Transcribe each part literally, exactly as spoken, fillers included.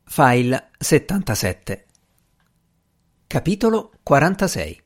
File settantasette. Capitolo quarantasei.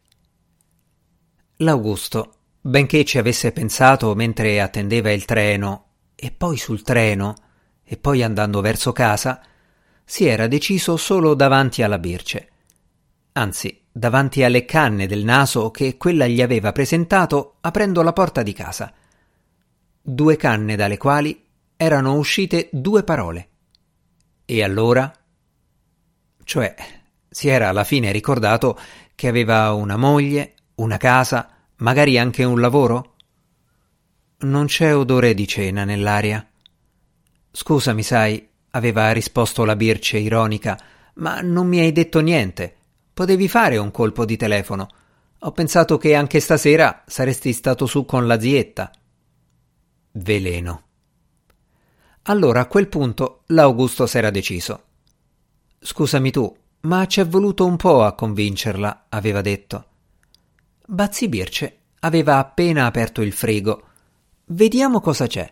L'Augusto, benché ci avesse pensato mentre attendeva il treno, e poi sul treno, e poi andando verso casa, si era deciso solo davanti alla Birce. Anzi, davanti alle canne del naso che quella gli aveva presentato aprendo la porta di casa. Due canne dalle quali erano uscite due parole. E allora? Cioè, si era alla fine ricordato che aveva una moglie, una casa, magari anche un lavoro? Non c'è odore di cena nell'aria. Scusami, sai, aveva risposto la Birce ironica, ma non mi hai detto niente. Potevi fare un colpo di telefono. Ho pensato che anche stasera saresti stato su con la zietta. Veleno. Allora a quel punto l'Augusto s'era deciso. Scusami tu, ma ci è voluto un po' a convincerla, aveva detto. Bazzi Birce aveva appena aperto il frigo. Vediamo cosa c'è.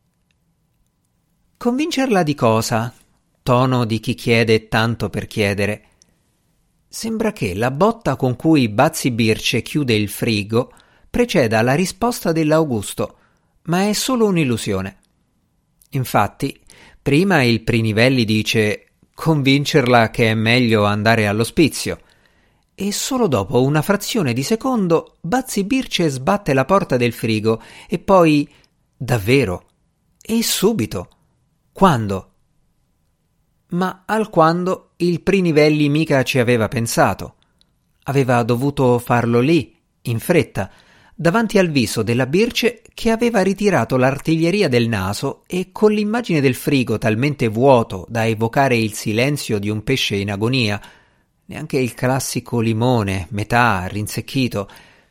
Convincerla di cosa? Tono di chi chiede tanto per chiedere. Sembra che la botta con cui Bazzi Birce chiude il frigo preceda la risposta dell'Augusto, ma è solo un'illusione. Infatti, prima il Prinivelli dice convincerla che è meglio andare all'ospizio e solo dopo una frazione di secondo Bazzi Birce sbatte la porta del frigo e poi davvero e subito. Quando? Ma al quando il Prinivelli mica ci aveva pensato. Aveva dovuto farlo lì, in fretta, davanti al viso della Birce che aveva ritirato l'artiglieria del naso e con l'immagine del frigo talmente vuoto da evocare il silenzio di un pesce in agonia, neanche il classico limone, metà rinsecchito.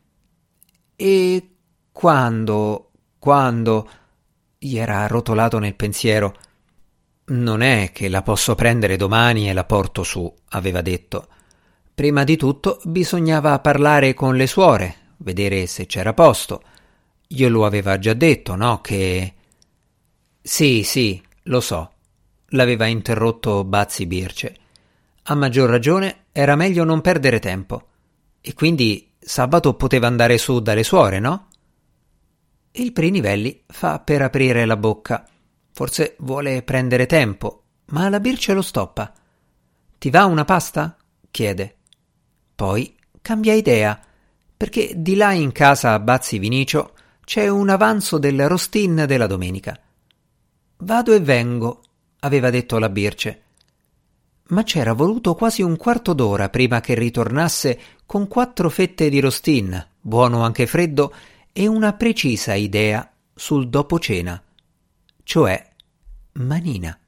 E quando, quando, gli era arrotolato nel pensiero. Non è che la posso prendere domani e la porto su, aveva detto. Prima di tutto bisognava parlare con le suore, vedere se c'era posto. Glielo aveva già detto, no? Che... Sì, sì, lo so, l'aveva interrotto Bazzi Birce. A maggior ragione era meglio non perdere tempo. E quindi sabato poteva andare su dalle suore, no? Il Prinivelli fa per aprire la bocca. Forse vuole prendere tempo, ma la Birce lo stoppa. Ti va una pasta? Chiede. Poi cambia idea, perché di là in casa a Bazzi Vinicio c'è un avanzo del rostin della domenica. Vado e vengo, aveva detto la Birce. Ma c'era voluto quasi un quarto d'ora prima che ritornasse con quattro fette di rostin, buono anche freddo, e una precisa idea sul dopo cena, cioè manina.